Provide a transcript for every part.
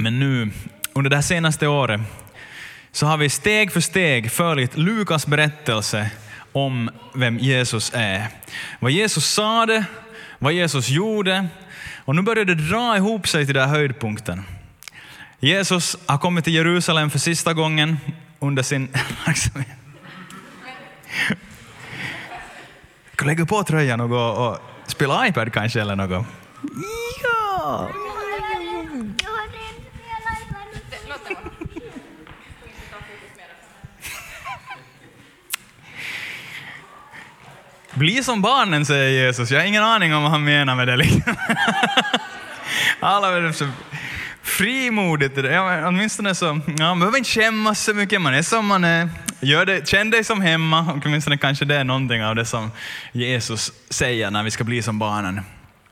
Men nu, under det här senaste året, så har vi steg för steg följt Lukas berättelse om vem Jesus är. Vad Jesus sa det, vad Jesus gjorde. Och nu börjar det dra ihop sig till den här höjdpunkten. Jesus har kommit till Jerusalem för sista gången under sin verksamhet. Jag kan lägga på tröjan och spela iPad kanske eller något. Ja! Bli som barnen, säger Jesus. Jag har ingen aning om vad han menar med det. Alla är så frimodigt. Åtminstone så, man behöver inte skämmas så mycket. Man är som man är. Gör det, känn dig som hemma. Och åtminstone kanske det är någonting av det som Jesus säger när vi ska bli som barnen.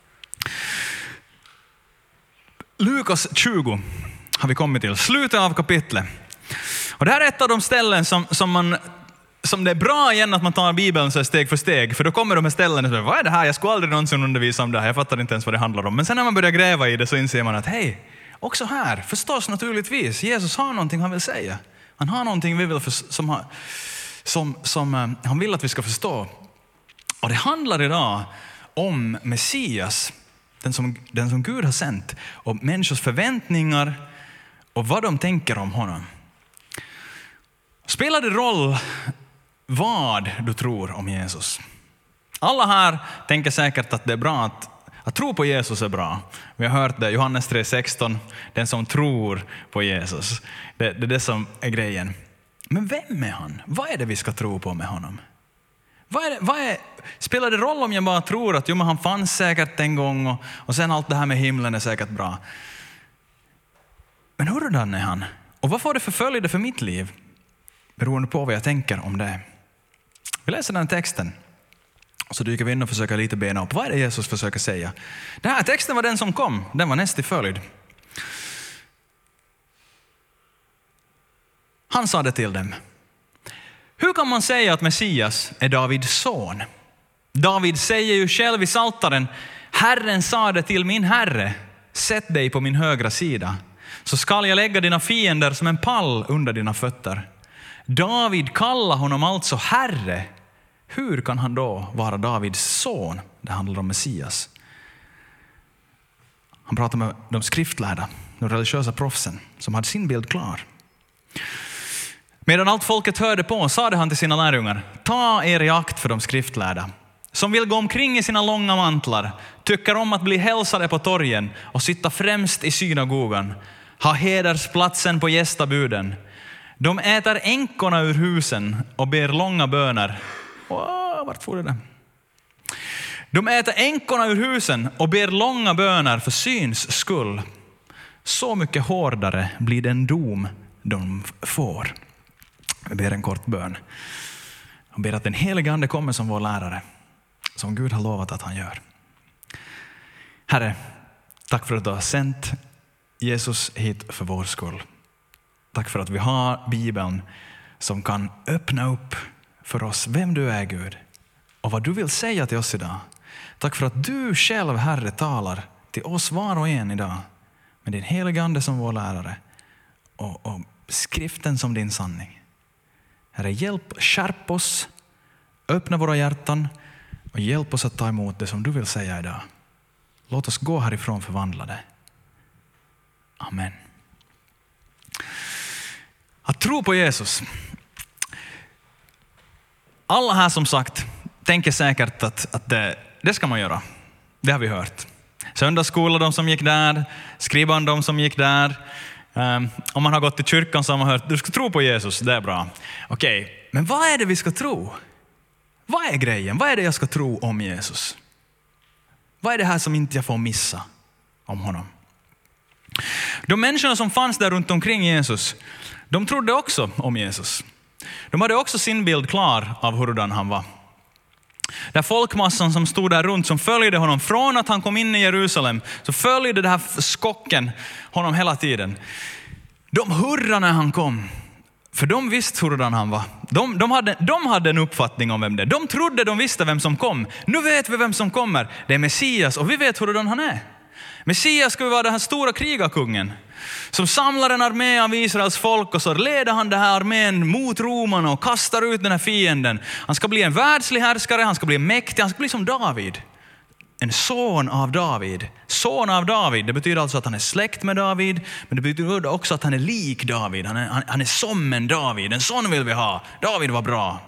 Lukas 20 har vi kommit till. Slutet av kapitlet. Och det här är ett av de ställen som det är bra igen att man tar Bibeln så steg för steg. För då kommer de här ställena och säger, vad är det här? Jag skulle aldrig någonsin undervisa om det här. Jag fattar inte ens vad det handlar om. Men sen när man börjar gräva i det så inser man att hej, också här, förstås naturligtvis, Jesus har någonting han vill säga. Han har någonting vi vill som han vill att vi ska förstå. Och det handlar idag om Messias, den som Gud har sänt. Och människors förväntningar och vad de tänker om honom. Spelar det roll vad du tror om Jesus? Alla här tänker säkert att det är bra att tro på Jesus är bra. Vi har hört det, Johannes 3:16, den som tror på Jesus. Det är det som är grejen. Men vem är han? Vad är det vi ska tro på med honom? Spelar det roll om jag bara tror att men han fanns säkert en gång och sen allt det här med himlen är säkert bra? Men hurdan är han? Och vad får det för följder för mitt liv? Beroende på vad jag tänker om det. Vi läser den texten. Så dyker vi in och försöker lite bena upp. Vad är det Jesus försöker säga? Den här texten var den som kom. Den var näst i följd. Han sa det till dem. Hur kan man säga att Messias är Davids son? David säger ju själv i Psaltaren. Herren sa det till min herre. Sätt dig på min högra sida. Så skall jag lägga dina fiender som en pall under dina fötter. David kallar honom alltså herre. Hur kan han då vara Davids son? Det handlar om Messias. Han pratar med de skriftlärda, de religiösa proffsen som hade sin bild klar. Medan allt folket hörde på sade han till sina lärjungar. Ta er i akt för de skriftlärda. Som vill gå omkring i sina långa mantlar. Tycker om att bli hälsade på torgen och sitta främst i synagogan. Ha hedersplatsen på gästabuden. De äter änkorna ur husen och ber långa böner. Vart får det där? De äter änkorna ur husen och ber långa böner för syns skull. Så mycket hårdare blir den dom de får. Vi ber en kort bön. Och ber att den helige ande kommer som vår lärare. Som Gud har lovat att han gör. Herre, tack för att du har sänt Jesus hit för vår skull. Tack för att vi har Bibeln som kan öppna upp för oss vem du är, Gud. Och vad du vill säga till oss idag. Tack för att du själv, Herre, talar till oss var och en idag. Med din helige ande som vår lärare. Och skriften som din sanning. Herre, skärp oss. Öppna våra hjärtan. Och hjälp oss att ta emot det som du vill säga idag. Låt oss gå härifrån förvandlade. Amen. Att tro på Jesus. Alla här som sagt tänker säkert att det ska man göra. Det har vi hört. Söndagsskola, de som gick där. Skrivan, de som gick där. Om man har gått till kyrkan så har man hört du ska tro på Jesus, det är bra. Okej, men vad är det vi ska tro? Vad är grejen? Vad är det jag ska tro om Jesus? Vad är det här som inte jag får missa om honom? De människorna som fanns där runt omkring Jesus, de trodde också om Jesus. De hade också sin bild klar av hurdan han var. Den folkmassan som stod där runt, som följde honom från att han kom in i Jerusalem, så följde det här skocken honom hela tiden. De hurrade när han kom, för de visste hurdan han var. De hade en uppfattning om vem det är. De trodde de visste vem som kom. Nu vet vi vem som kommer. Det är Messias och vi vet hurdan han är. Messias ska vara den här stora krigarkungen. som samlar en armé av Israels folk och så leder han den här armén mot romarna och kastar ut den här fienden. Han ska bli en världslig härskare, han ska bli mäktig, han ska bli som David. En son av David. Son av David, det betyder alltså att han är släkt med David, men det betyder också att han är lik David. Han är som en David, en sån vill vi ha. David var bra.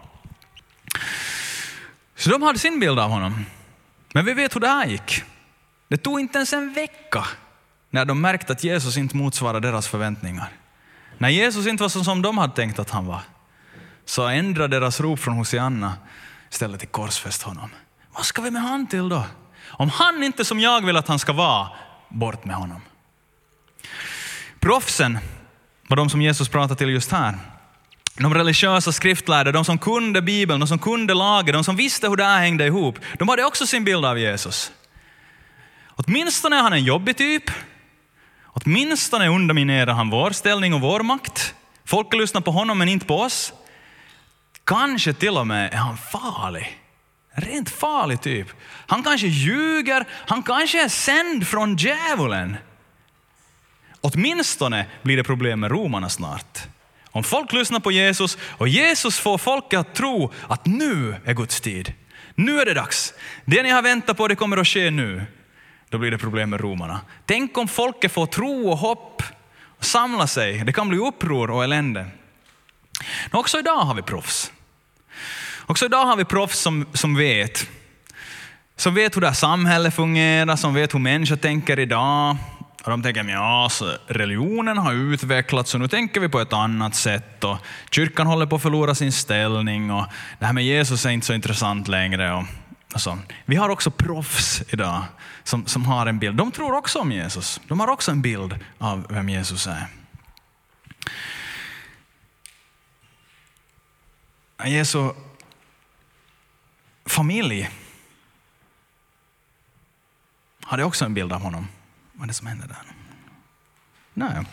Så de hade sin bild av honom. Men vi vet hur det här gick. Det tog inte ens en vecka när de märkte att Jesus inte motsvarade deras förväntningar. När Jesus inte var så som de hade tänkt att han var, så ändrade deras rop från Hosianna istället till korsfäst honom. Vad ska vi med han till då? Om han inte som jag vill att han ska vara, bort med honom. Proffsen var de som Jesus pratade till just här. De religiösa skriftlärda, de som kunde Bibeln, de som kunde lagen, de som visste hur det här hängde ihop. De hade också sin bild av Jesus. Åtminstone är han en jobbig typ. Åtminstone underminerar han vår ställning och vår makt. Folk lyssnar på honom men inte på oss. Kanske till och med är han farlig. En rent farlig typ. Han kanske ljuger. Han kanske är sänd från djävulen. Åtminstone blir det problem med romarna snart. Om folk lyssnar på Jesus och Jesus får folk att tro att nu är Guds tid. Nu är det dags. Det ni har väntat på, det kommer att ske nu. Då blir det problem med romarna. Tänk om folket får tro och hopp och samla sig. Det kan bli uppror och elände. Men också idag har vi proffs. Också idag har vi proffs som vet hur det här samhället fungerar, som vet hur människor tänker idag. Och de tänker, ja, så religionen har utvecklats så nu tänker vi på ett annat sätt. Och kyrkan håller på att förlora sin ställning och det här med Jesus är inte så intressant längre. Och så. Vi har också proffs idag som har en bild. De tror också om Jesus. De har också en bild av vem Jesus är. Jesu familj hade också en bild av honom. Vad är det som hände där? Nej.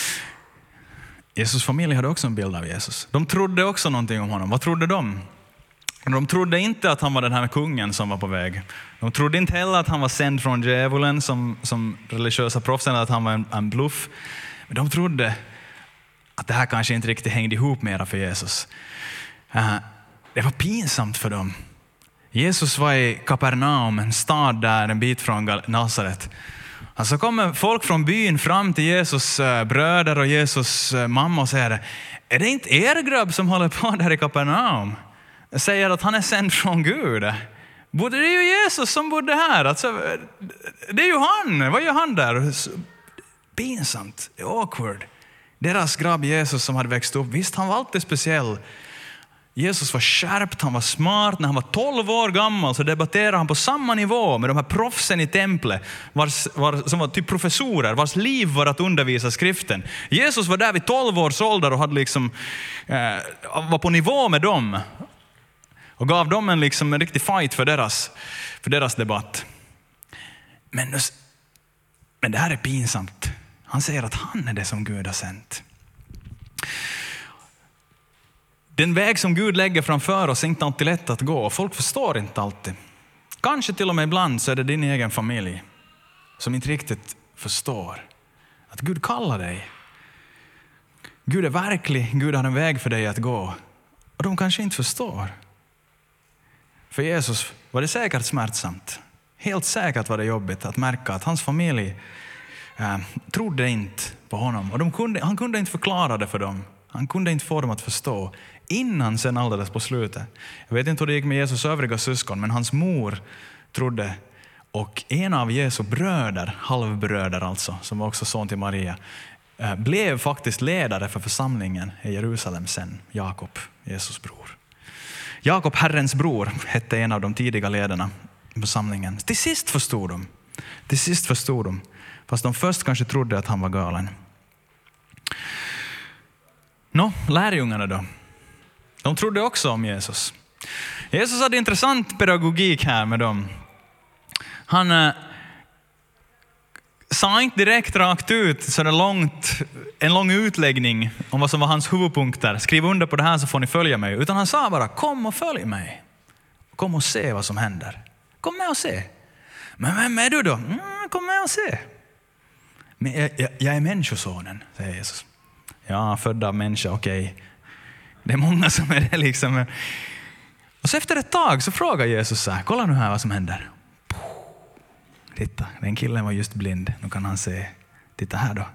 Jesus familj hade också en bild av Jesus. De trodde också någonting om honom. Vad trodde de? De trodde inte att han var den här kungen som var på väg. De trodde inte heller att han var sänd från djävulen som religiösa proffsen, att han var en bluff. Men de trodde att det här kanske inte riktigt hängde ihop mera för Jesus. Det var pinsamt för dem. Jesus var i Kapernaum, en stad där en bit från Nasaret. Så kommer folk från byn fram till Jesus bröder och Jesus mamma och säger: är det inte er grabb som håller på där i Kapernaum? Säger att han är sänd från Gud. Det är ju Jesus som bodde här. Alltså, det är ju han. Vad gör han där? Pinsamt. Awkward. Deras grabb Jesus som hade växt upp. Visst, han var alltid speciell. Jesus var skärpt, han var smart. När han var 12 år gammal så debatterade han på samma nivå med de här proffsen i templet som var typ professorer, vars liv var att undervisa skriften. Jesus var där vid 12 års ålder och hade var på nivå med dem och gav dem en riktig fight för deras debatt. Men det här är pinsamt. Han säger att han är det som Gud har sänt. Den väg som Gud lägger framför oss är inte alltid lätt att gå. Folk förstår inte alltid. Kanske till och med ibland så är det din egen familj som inte riktigt förstår att Gud kallar dig. Gud är verklig. Gud har en väg för dig att gå. Och de kanske inte förstår. För Jesus var det säkert smärtsamt. Helt säkert var det jobbigt att märka att hans familj trodde inte på honom. Och han kunde inte förklara det för dem. Han kunde inte få dem att förstå. Innan sen alldeles på slutet. Jag vet inte hur det gick med Jesus övriga syskon. Men hans mor trodde. Och en av Jesu bröder, halvbröder alltså, som var också son till Maria, blev faktiskt ledare för församlingen i Jerusalem sen. Jakob, Jesus bror. Jakob, Herrens bror, hette en av de tidiga ledarna i församlingen. Till sist förstod de. Fast de först kanske trodde att han var galen. Lärjungarna då. De trodde också om Jesus. Jesus hade intressant pedagogik här med dem. Han sa inte direkt rakt ut så en lång utläggning om vad som var hans huvudpunkter. Skriv under på det här så får ni följa mig. Utan han sa bara: kom och följ mig. Kom och se vad som händer. Kom med och se. Men vem är du då? Kom med och se. Men jag är människosonen, säger Jesus. Ja, född av människa, okej. Det är många som är det liksom. Och så efter ett tag så frågar Jesus så här, kolla nu här vad som händer. Titta, den killen var just blind. Nu kan han se. Titta här då.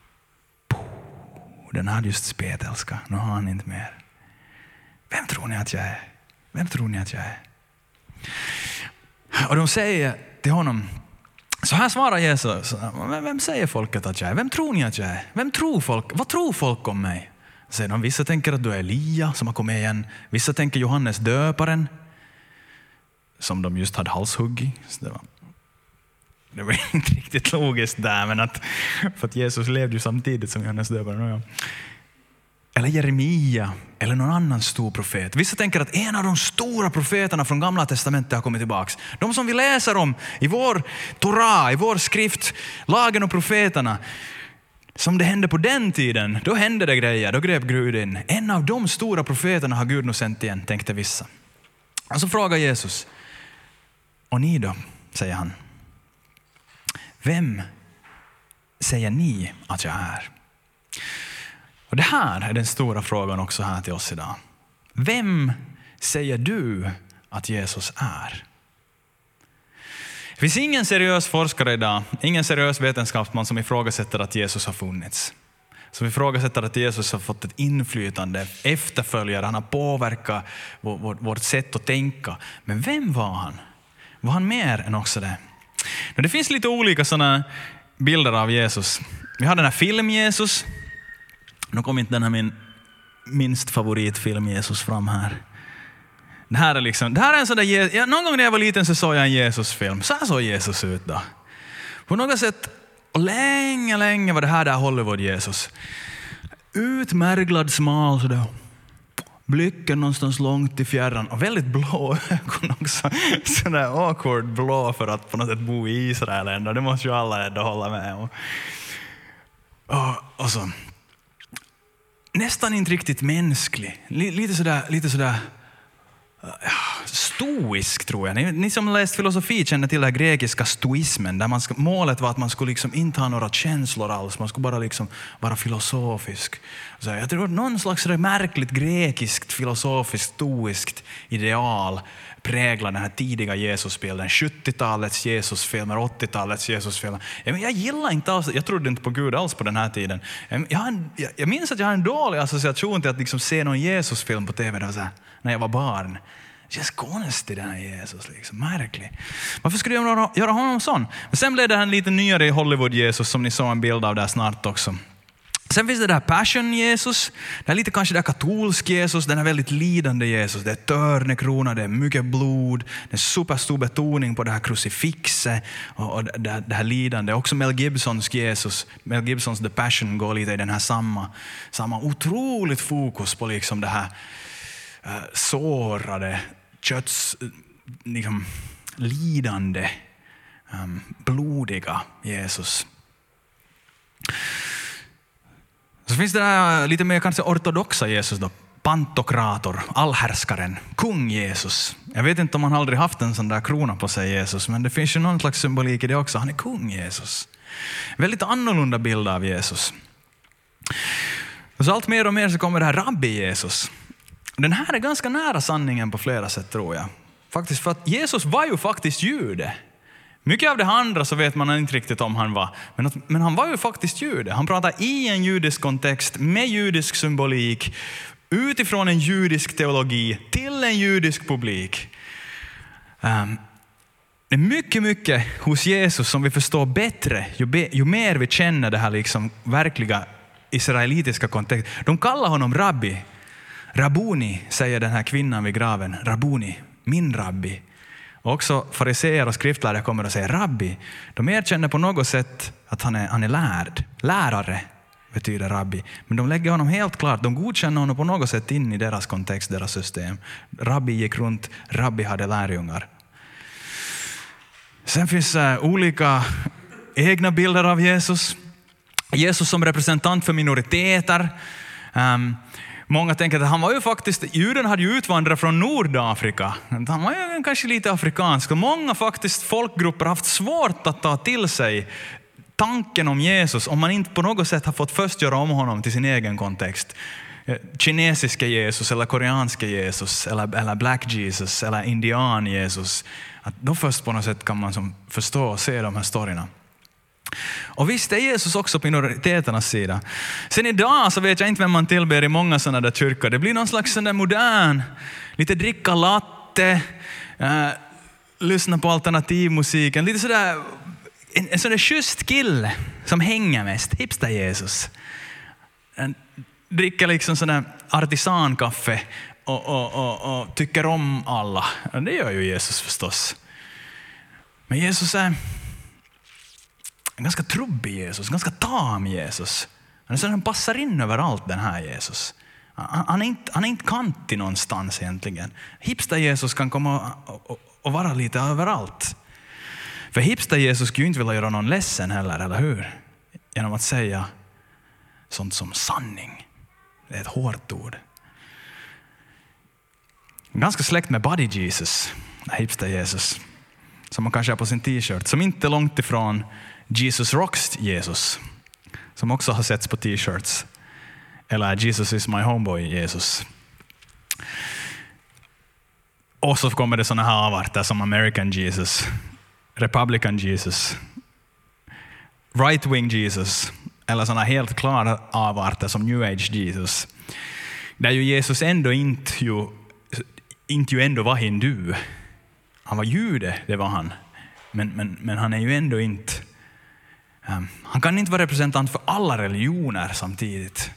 Den hade just spetälska. Nu har han inte mer. Vem tror ni att jag är? Vem tror ni att jag är? Och de säger till honom, så här svarar Jesus. Vem säger folket att jag är? Vem tror ni att jag är? Vem tror folk? Vad tror folk om mig? Säger de, vissa tänker att du är Elia som har kommit igen. Vissa tänker Johannes döparen. Som de just hade halshugg i. Det var inte riktigt logiskt där, men för att Jesus levde ju samtidigt som Johannes döparen. Eller Jeremia, eller någon annan stor profet. Vissa tänker att en av de stora profeterna från Gamla testamentet har kommit tillbaks. De som vi läser om i vår Torah, i vår skrift, lagen och profeterna. Som det hände på den tiden, då hände det grejer, då grep Gud in. En av de stora profeterna har Gud nog sänt igen, tänkte vissa. Och så frågar Jesus, och ni då, säger han. Vem säger ni att jag är? Och det här är den stora frågan också här till oss idag. Vem säger du att Jesus är? Det finns ingen seriös forskare idag, ingen seriös vetenskapsman som ifrågasätter att Jesus har funnits. Som ifrågasätter att Jesus har fått ett inflytande, efterföljare, han har påverkat vårt sätt att tänka. Men vem var han? Var han mer än också det? Det finns lite olika sådana bilder av Jesus. Vi har den här film Jesus. Nu kommer inte den här min minst favoritfilm Jesus fram här. Det här är en sån där, någon gång när jag var liten så såg jag en Jesus-film. Så här såg Jesus ut då. På något sätt, och länge var det här där Hollywood-Jesus. Utmärglad, smal sådär. Blicken någonstans långt i fjärran. Och väldigt blå ögon också. Sådär awkward blå för att på något sätt bo i Israel ändå. Det måste ju alla ändå hålla med om. Och så. Nästan inte riktigt mänsklig. Lite sådär stoisk tror jag. Ni som läst filosofi känner till den grekiska stoismen. Där målet var att man skulle liksom inte ha några känslor alls. Man skulle bara liksom vara filosofisk. Så jag tror att någon slags märkligt grekiskt, filosofiskt, stoiskt ideal präglar den här tidiga Jesusbilden. 70-talets Jesusfilmer, 80-talets Jesusfilmer. Jag gillar inte alls, jag trodde inte på Gud alls på den här tiden. Jag minns att jag har en dålig association till att liksom se någon Jesusfilm på tv där, så här, när jag var barn. Det känns konstigt den här Jesus, liksom. Märklig. Varför skulle jag göra honom sån? Men sen blev det en lite nyare Hollywood-Jesus som ni såg en bild av där snart också. Sen finns det där Passion Jesus. Det är lite kanske där katolsk Jesus. Den är väldigt lidande Jesus. Det är törnekrona, det är mycket blod. Det är superstor betoning på det här krucifixet. Och det här lidande. Också Mel Gibsons Jesus. Mel Gibsons The Passion går lite i den här samma otroligt fokus på liksom det här sårade, liksom, lidande, blodiga Jesus. Så finns det där lite mer kanske ortodoxa Jesus då. Pantokrator, allhärskaren, kung Jesus. Jag vet inte om han aldrig haft en sån där krona på sig Jesus, men det finns ju någon slags symbolik i det också. Han är kung Jesus. Väldigt annorlunda bild av Jesus. Och så allt mer och mer så kommer det här rabbi Jesus. Den här är ganska nära sanningen på flera sätt tror jag. Faktiskt för att Jesus var ju faktiskt jude. Mycket av det andra så vet man inte riktigt om han var. Men han var ju faktiskt jude. Han pratade i en judisk kontext med judisk symbolik. Utifrån en judisk teologi till en judisk publik. Det är mycket hos Jesus som vi förstår bättre. Ju mer vi känner det här liksom verkliga israelitiska kontext. De kallar honom rabbi. Rabuni säger den här kvinnan vid graven. Rabuni, min rabbi. Och också fariseer och skriftlärare kommer att säga rabbi. De erkänner på något sätt att han är lärd. Lärare betyder rabbi. Men de lägger honom helt klart. De godkänner honom på något sätt in i deras kontext, deras system. Rabbi gick runt. Rabbi hade lärjungar. Sen finns olika egna bilder av Jesus. Jesus som representant för minoriteter. Många tänker att han var ju faktiskt, juden hade ju utvandrat från Nordafrika. Han var ju kanske lite afrikansk. Och många faktiskt folkgrupper har haft svårt att ta till sig tanken om Jesus, om man inte på något sätt har fått först göra om honom till sin egen kontext. Kinesiska Jesus eller koreanska Jesus eller black Jesus eller indian Jesus. Att då först på något sätt kan man förstå och se de här storyna. Och visst är Jesus också på minoriteternas sida. Sen idag så vet jag inte vem man tillber i många sådana där kyrkor. Det blir någon slags sån där modern, lite dricka latte, lyssna på alternativmusiken, lite sådär en sån där schysst kille som hänger mest, hipster Jesus. Dricker liksom sån där artisankaffe och tycker om alla. Det gör ju Jesus förstås. Men Jesus är en ganska trubbig Jesus, ganska tam Jesus. Han passar in överallt, den här Jesus. Han är inte kantig någonstans egentligen. Hipster Jesus kan komma och vara lite överallt. För hipster Jesus skulle ju inte vilja göra någon ledsen heller, eller hur? Genom att säga sånt som sanning. Det är ett hårt ord. Ganska släkt med Body Jesus, hipster Jesus. Som man kanske har på sin t-shirt. Som inte är långt ifrån Jesus Rocks Jesus. Som också har setts på t-shirts. Eller Jesus is my homeboy Jesus. Och så kommer det såna här avarter som American Jesus. Republican Jesus. Right wing Jesus. Eller såna helt klara avarter som New Age Jesus. Där ju Jesus ändå inte ändå var hindu. Han var jude, det var han. Men han är ju ändå inte... han kan inte vara representant för alla religioner samtidigt.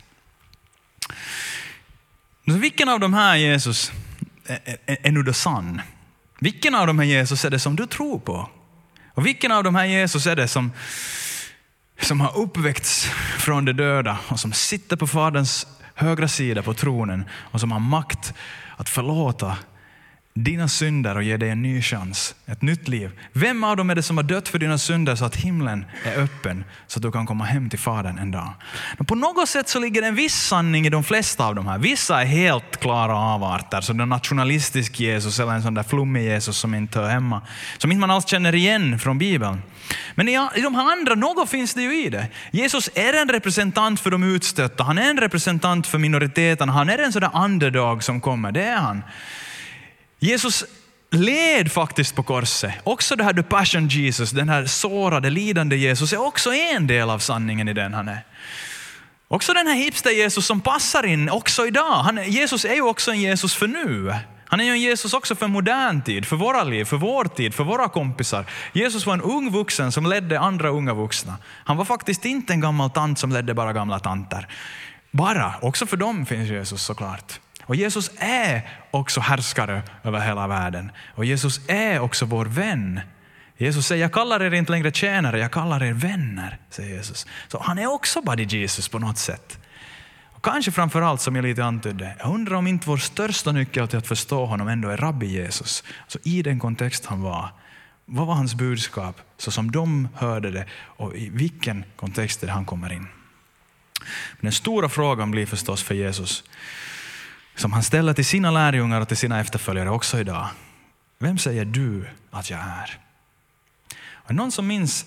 Så vilken av de här Jesus är nu då sann? Vilken av de här Jesus är det som du tror på? Och vilken av de här Jesus är det som har uppväckts från de döda och som sitter på Faderns högra sida på tronen och som har makt att förlåta dina synder och ge dig en ny chans, ett nytt liv. Vem av dem är det som har dött för dina synder så att himlen är öppen så att du kan komma hem till Fadern en dag? Men på något sätt så ligger det en viss sanning i de flesta av de här. Vissa är helt klara avarter, så en nationalistisk Jesus eller en sån där flummig Jesus som inte hör hemma, som inte man alls känner igen från Bibeln. Men i de här andra, något finns det ju i det. Jesus är en representant för de utstötta, han är en representant för minoriteten, han är en sån där underdog som kommer, det är han. Jesus led faktiskt på korset. Också det här The Passion Jesus, den här sårade, lidande Jesus, är också en del av sanningen i den han är. Också den här hipster Jesus som passar in också idag. Jesus är ju också en Jesus för nu. Han är ju en Jesus också för modern tid, för våra liv, för vår tid, för våra kompisar. Jesus var en ung vuxen som ledde andra unga vuxna. Han var faktiskt inte en gammal tant som ledde bara gamla tanter. Också för dem finns Jesus såklart. Och Jesus är också härskare över hela världen. Och Jesus är också vår vän. Jesus säger, jag kallar er inte längre tjänare, jag kallar er vänner, säger Jesus. Så han är också Body Jesus på något sätt. Och kanske framförallt, som jag lite antydde, jag undrar om inte vår största nyckel till att förstå honom ändå är Rabbi Jesus. Så i den kontext han var, vad var hans budskap? Så som de hörde det och i vilken kontext det han kommer in. Men den stora frågan blir förstås för Jesus, som han ställer till sina lärjungar och till sina efterföljare också idag. Vem säger du att jag är? Och någon som minns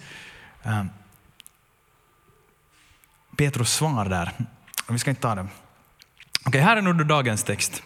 Petrus svar där. Vi ska inte ta det. Okej, här är nu dagens text.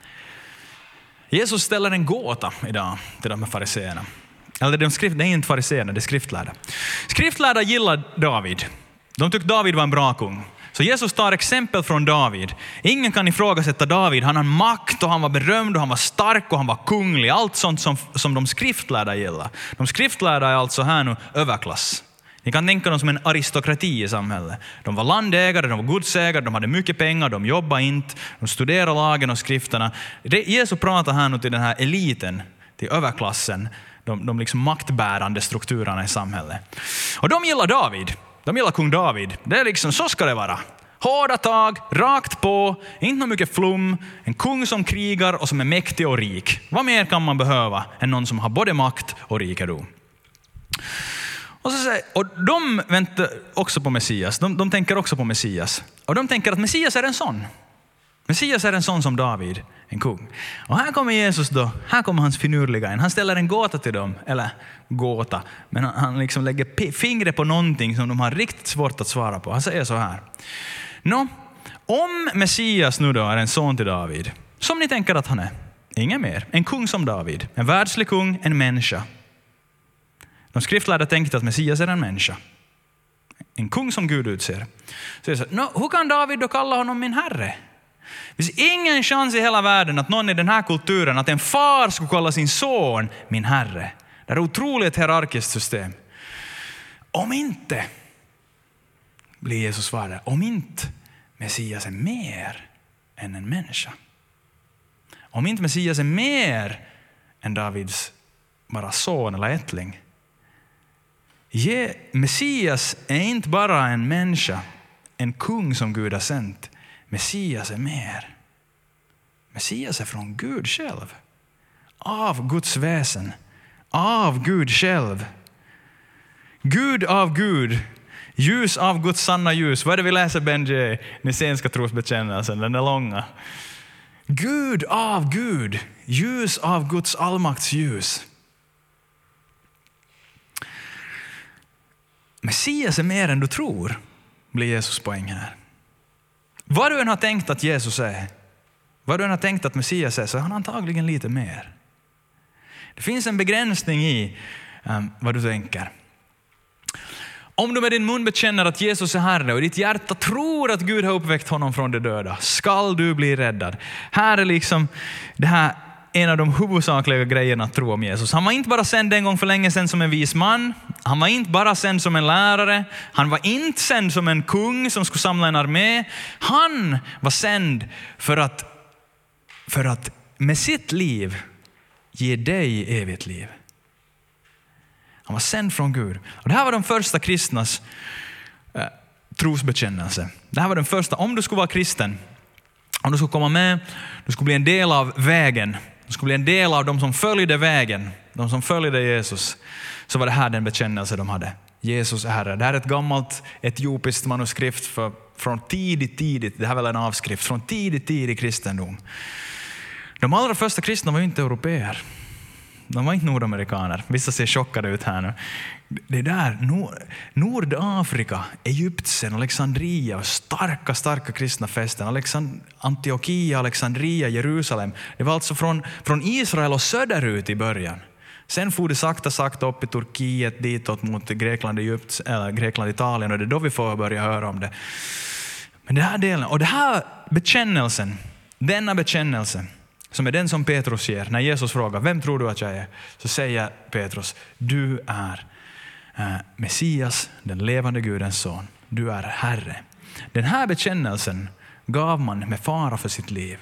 Jesus ställer en gåta idag till de här fariseerna. Eller det är inte fariseerna, det är skriftlärda. Skriftlärda gillar David. De tyckte David var en bra kung. Så Jesus tar exempel från David. Ingen kan ifrågasätta David. Han har makt och han var berömd och han var stark och han var kunglig. Allt sånt som de skriftlärda gillar. De skriftlärda är alltså här nu överklass. Ni kan tänka dem som en aristokrati i samhället. De var landägare, de var godsägare, de hade mycket pengar, de jobbade inte, de studerade lagen och skrifterna. Jesus pratar här nu till den här eliten, till överklassen, de liksom maktbärande strukturerna i samhället. Och de gillar David. De gillar kung David. Det är liksom, så ska det vara. Hårda tag, rakt på, inte mycket flum. En kung som krigar och som är mäktig och rik. Vad mer kan man behöva än någon som har både makt och rikedom? Och de väntar också på Messias. De tänker också på Messias. Och de tänker att Messias är en sån. Messias är en sån som David, en kung. Och här kommer Jesus då, här kommer hans finurliga in. Han ställer en gåta till dem, eller gåta, men han liksom lägger fingret på någonting som de har riktigt svårt att svara på. Han säger så här: om Messias nu då är en son till David, som ni tänker att han är, ingen mer, en kung som David, en världslig kung, en människa. De skriftlärda tänkte att Messias är en människa, en kung som Gud utser. Så det är så, hur kan David då kalla honom min herre? Det finns ingen chans i hela världen att någon i den här kulturen, att en far skulle kalla sin son min herre. Det är ett otroligt hierarkiskt system. Om inte, blir Jesus svarade, om inte Messias är mer än en människa. Om inte Messias är mer än Davids bara son eller ättling. Messias är inte bara en människa, en kung som Gud har sänt. Messias är mer. Messias är från Gud själv. Av Guds väsen. Av Gud själv. Gud av Gud. Ljus av Guds sanna ljus. Vad är det vi läser, Benji? Nicenska trosbekännelsen, den är långa. Gud av Gud. Ljus av Guds allmakts ljus. Messias är mer än du tror, blir Jesus poäng här. Vad du än har tänkt att Jesus är, vad du än har tänkt att Messias är, så är han antagligen lite mer. Det finns en begränsning i vad du tänker. Om du med din mun bekänner att Jesus är Herre och ditt hjärta tror att Gud har uppväckt honom från de döda, skall du bli räddad. Här är liksom det här en av de huvudsakliga grejerna att tro om Jesus. Han var inte bara sänd en gång för länge sedan som en vis man. Han var inte bara sänd som en lärare. Han var inte sänd som en kung som skulle samla en armé. Han var sänd för att med sitt liv ge dig evigt liv. Han var sänd från Gud. Och det här var de första kristnas trosbekännelse. Det här var den första. Om du skulle vara kristen, om du skulle komma med, du skulle bli en del av vägen. Du skulle bli en del av de som följde vägen. De som följde Jesus. Så var det här den bekännelse de hade. Jesus är Herre. Det här är ett gammalt etiopiskt manuskript från tidigt. Det här är väl en avskrift från tidig kristendom. De allra första kristna var ju inte europeer. De var inte nordamerikaner. Vissa ser chockade ut här nu. Det där, Nordafrika, Egypten, Alexandria och starka kristna fästen. Antiochia, Alexandria, Jerusalem. Det var alltså från Israel och söderut i början. Sen får det sakta upp i Turkiet, ditåt mot Grekland, Grekland, Italien, och det är då vi får börja höra om det. Men det här delen, och det här bekännelsen, denna bekännelse, som är den som Petrus ger. När Jesus frågar, vem tror du att jag är? Så säger Petrus, du är Messias, den levande Gudens son. Du är Herre. Den här bekännelsen gav man med fara för sitt liv.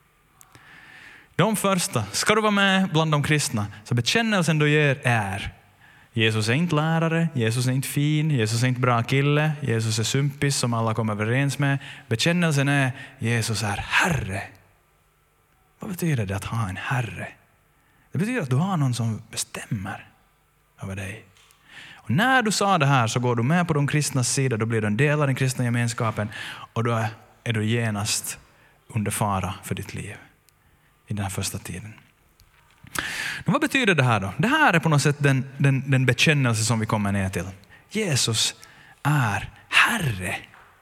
De första, ska du vara med bland de kristna, så bekännelsen du ger är: Jesus är inte lärare, Jesus är inte fin, Jesus är inte bra kille, Jesus är sumpis som alla kommer överens med. Bekännelsen är: Jesus är Herre. Vad betyder det att ha en Herre? Det betyder att du har någon som bestämmer över dig. Och när du sa det här så går du med på de kristnas sida, då blir du en del av den kristna gemenskapen, och då är du genast under fara för ditt liv i den här första tiden. Men vad betyder det här då? Det här är på något sätt den bekännelse som vi kommer ner till. Jesus är Herre.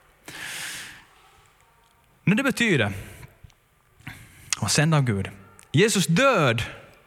Men det betyder och sänd av Gud. Jesus död.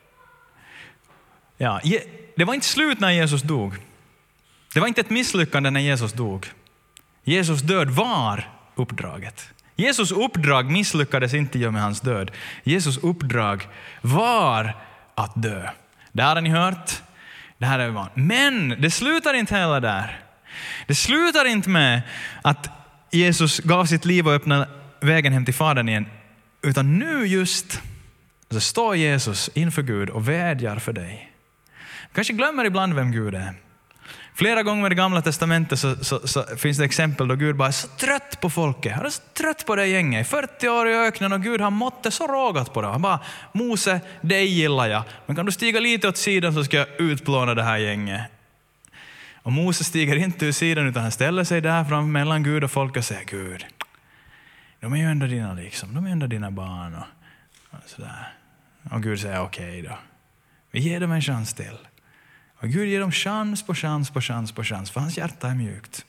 Ja, det var inte slut när Jesus dog. Det var inte ett misslyckande när Jesus dog. Jesus död var uppdraget. Jesus uppdrag misslyckades inte med hans död. Jesus uppdrag var att dö. Det har ni hört. Det här är van. Men det slutar inte heller där. Det slutar inte med att Jesus gav sitt liv och öppnade vägen hem till Fadern igen. Utan nu just så står Jesus inför Gud och vädjar för dig. Kanske glömmer ibland vem Gud är. Flera gånger i det gamla testamentet så finns det exempel då Gud bara är så trött på folket. Han är så trött på det gänget. 40 år i öknen och Gud har måttet så rågat på det. Han bara, Mose, dig gillar jag. Men kan du stiga lite åt sidan så ska jag utplåna det här gänget. Och Mose stiger inte ur sidan utan han ställer sig där fram mellan Gud och folk och säger: Gud, De är ju ändå dina liksom. De är ändå dina barn och sådär. Och Gud säger okej då. Vi ger dem en chans till. Och Gud ger dem chans på chans på chans på chans. För hans hjärta är mjukt.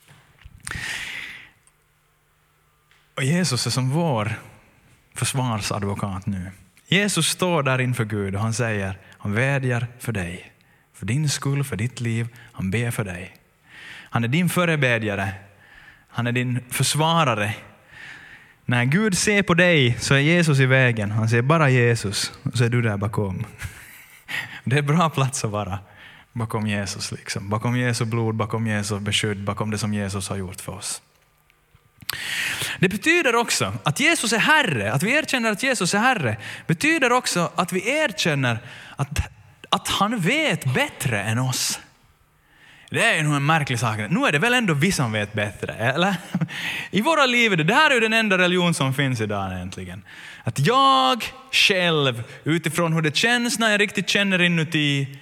Och Jesus är som vår försvarsadvokat nu. Jesus står där inför Gud och han säger, han vädjar för dig. För din skull, för ditt liv. Han ber för dig. Han är din förebedjare. Han är din försvarare. När Gud ser på dig så är Jesus i vägen. Han ser bara Jesus och så är du där bakom. Det är en bra plats att vara bakom Jesus. Liksom. Bakom Jesu blod, bakom Jesu beskydd, bakom det som Jesus har gjort för oss. Det betyder också att Jesus är Herre. Att vi erkänner att Jesus är Herre betyder också att vi erkänner att han vet bättre än oss. Det är nog en märklig sak. Nu är det väl ändå vi som vet bättre, eller? I våra liv, det här är ju den enda religion som finns idag egentligen. Att jag själv, utifrån hur det känns när jag riktigt känner inuti,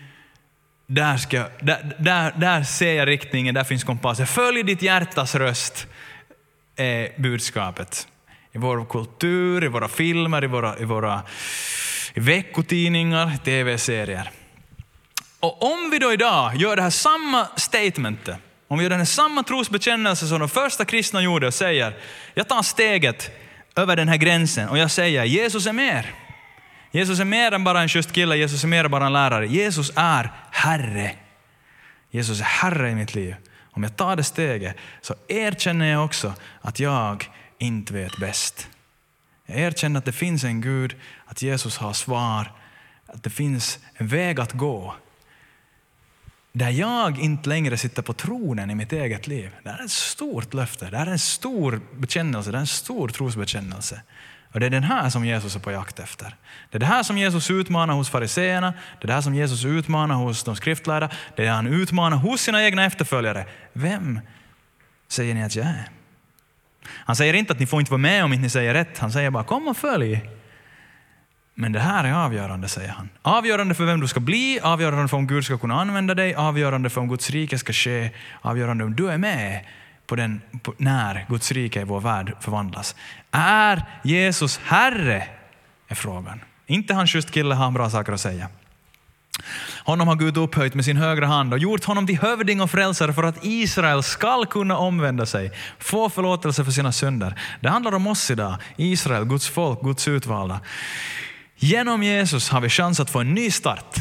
där ser jag riktningen, där finns kompassen. Följ ditt hjärtas röst, är budskapet. I vår kultur, i våra filmer, i veckotidningar, tv-serier. Och om vi då idag gör det här samma statementet, om vi gör den här samma trosbekännelse som de första kristna gjorde och säger, jag tar steget över den här gränsen och jag säger, Jesus är mer. Jesus är mer än bara en schysst kille, Jesus är mer än bara en lärare. Jesus är Herre. Jesus är Herre i mitt liv. Om jag tar det steget så erkänner jag också att jag inte vet bäst. Jag erkänner att det finns en Gud, att Jesus har svar, att det finns en väg att gå. Där jag inte längre sitter på tronen i mitt eget liv. Det är ett stort löfte, det är en stor bekännelse, det är en stor trosbekännelse. Och det är den här som Jesus är på jakt efter. Det är det här som Jesus utmanar hos fariseerna. Det är det här som Jesus utmanar hos de skriftlärda. Det är det han utmanar hos sina egna efterföljare. Vem säger ni att jag är? Han säger inte att ni får inte vara med om inte ni säger rätt. Han säger bara kom och följ. Men det här är avgörande, säger han. Avgörande för vem du ska bli. Avgörande för om Gud ska kunna använda dig. Avgörande för om Guds rike ska ske. Avgörande om du är med när Guds rike i vår värld förvandlas. Är Jesus Herre? Är frågan. Inte han just kille har bra saker att säga. Honom har Gud upphöjt med sin högra hand och gjort honom till hövding och frälsare för att Israel ska kunna omvända sig. Få förlåtelse för sina synder. Det handlar om oss idag. Israel, Guds folk, Guds utvalda. Genom Jesus har vi chans att få en ny start.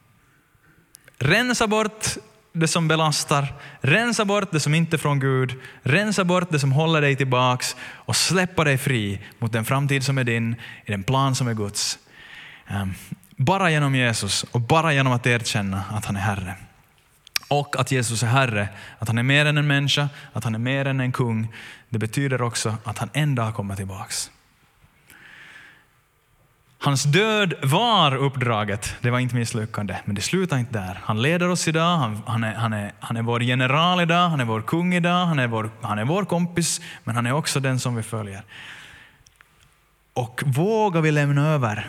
Rensa bort det som belastar, rensa bort det som inte är från Gud, rensa bort det som håller dig tillbaks och släppa dig fri mot den framtid som är din, i den plan som är Guds. Bara genom Jesus och bara genom att erkänna att han är Herre. Och att Jesus är Herre, att han är mer än en människa, att han är mer än en kung. Det betyder också att han en dag kommer tillbaks. Hans död var uppdraget, det var inte misslyckande, men det slutar inte där. Han leder oss idag, han är vår general idag, han är vår kung idag, han är vår kompis, men han är också den som vi följer. Och vågar vi lämna över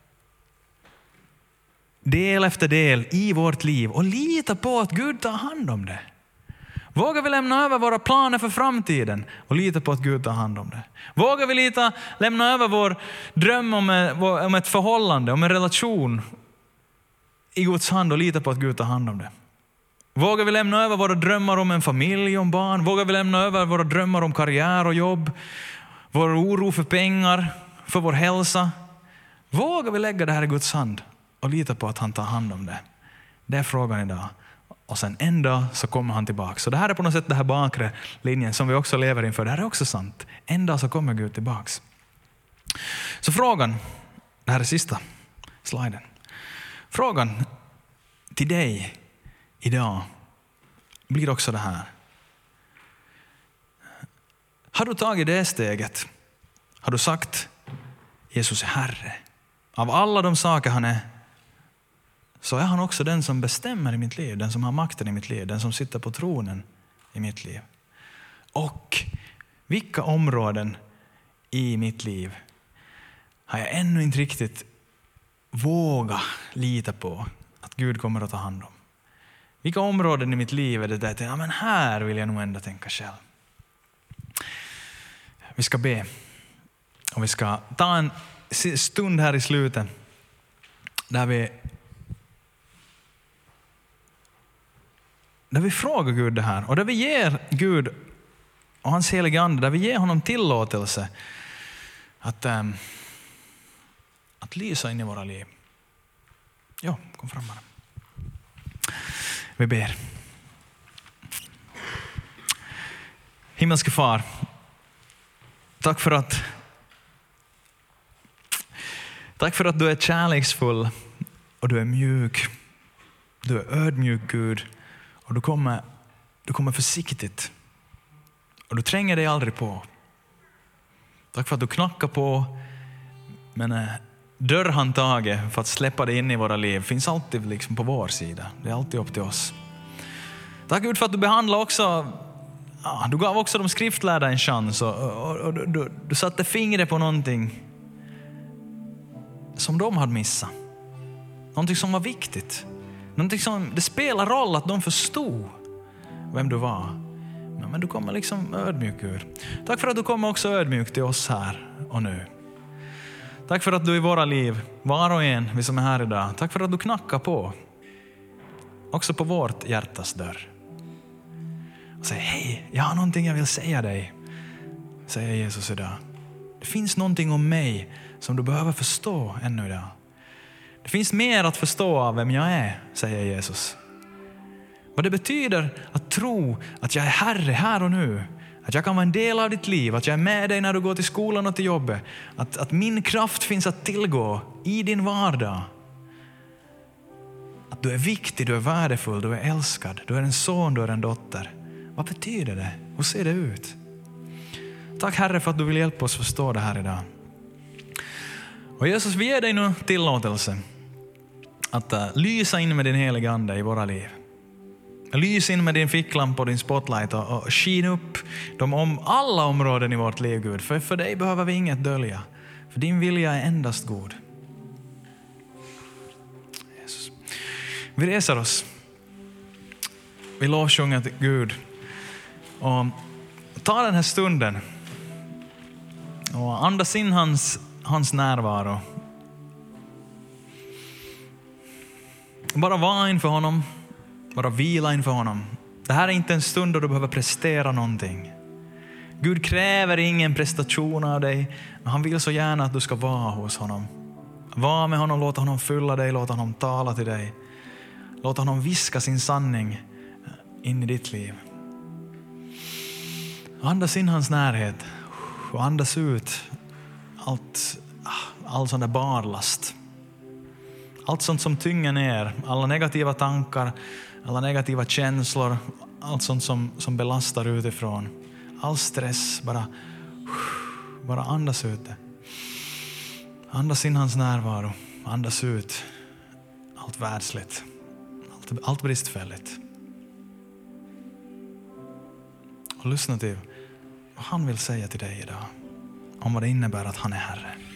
del efter del i vårt liv och lita på att Gud tar hand om det. Vågar vi lämna över våra planer för framtiden och lita på att Gud tar hand om det? Vågar vi lämna över vår dröm om ett förhållande, om en relation i Guds hand och lita på att Gud tar hand om det? Vågar vi lämna över våra drömmar om en familj, om barn? Vågar vi lämna över våra drömmar om karriär och jobb? Vår oro för pengar, för vår hälsa? Vågar vi lägga det här i Guds hand och lita på att han tar hand om det? Det är frågan idag. Och sen en dag så kommer han tillbaka. Så det här är på något sätt den här bakre linjen som vi också lever inför. Det här är också sant. En dag så kommer Gud tillbaks. Så frågan, det här är sista sliden. Frågan till dig idag blir också det här. Har du tagit det steget? Har du sagt Jesus är Herre? Av alla de saker han är, så är han också den som bestämmer i mitt liv. Den som har makten i mitt liv. Den som sitter på tronen i mitt liv. Och vilka områden i mitt liv har jag ännu inte riktigt vågat lita på att Gud kommer att ta hand om? Vilka områden i mitt liv är det där men här vill jag nog ändå tänka själv. Vi ska be. Och vi ska ta en stund här i slutet där vi frågar Gud det här. Och där vi ger Gud och hans heliga ande, där vi ger honom tillåtelse att lysa in i våra liv. Ja, kom fram bara. Vi ber. Himmelske far, tack för att du är kärleksfull och du är mjuk. Du är ödmjuk, Gud, och du kommer försiktigt. Och du tränger dig aldrig på. Tack för att du knackar på, men dörrhandtaget för att släppa dig in i våra liv finns alltid liksom på vår sida. Det är alltid upp till oss. Tack Gud för att du behandlar också, du gav också de skriftlärda en chans och du satte fingret på någonting som de hade missat. Någonting som var viktigt. Någonting som det spelar roll att de förstod vem du var. Men du kommer liksom ödmjuk ur. Tack för att du kommer också ödmjuk till oss här och nu. Tack för att du i våra liv, var och en, vi som är här idag. Tack för att du knackar på. Också på vårt hjärtas dörr. Och säger, hej, jag har någonting jag vill säga dig. Säger Jesus idag. Det finns någonting om mig som du behöver förstå ännu idag. Det finns mer att förstå av vem jag är, säger Jesus. Vad det betyder att tro att jag är Herre här och nu. Att jag kan vara en del av ditt liv. Att jag är med dig när du går till skolan och till jobbet. Att min kraft finns att tillgå i din vardag. Att du är viktig, du är värdefull, du är älskad. Du är en son, du är en dotter. Vad betyder det? Hur ser det ut? Tack Herre för att du vill hjälpa oss förstå det här idag. Och Jesus, vi ger dig nu tillåtelse att lysa in med din heliga ande i våra liv. Lys in med din ficklampa och din spotlight och skin upp alla områden i vårt liv, Gud. För dig behöver vi inget dölja. För din vilja är endast god. Jesus. Vi reser oss. Vi lovsjunger till Gud. Och ta den här stunden och andas in hans närvaro. Bara vara inför honom. Bara vila inför honom. Det här är inte en stund då du behöver prestera någonting. Gud kräver ingen prestation av dig. Men han vill så gärna att du ska vara hos honom. Var med honom, låta honom fylla dig. Låta honom tala till dig. Låta honom viska sin sanning in i ditt liv. Andas in hans närhet. Och andas ut all sån där barlast. Allt sånt som tynger ner. Alla negativa tankar. Alla negativa känslor. Allt sånt som belastar utifrån. All stress. Bara andas ut det. Andas in hans närvaro. Andas ut allt världsligt. Allt bristfälligt. Och lyssna till vad han vill säga till dig idag. Om vad det innebär att han är Herre.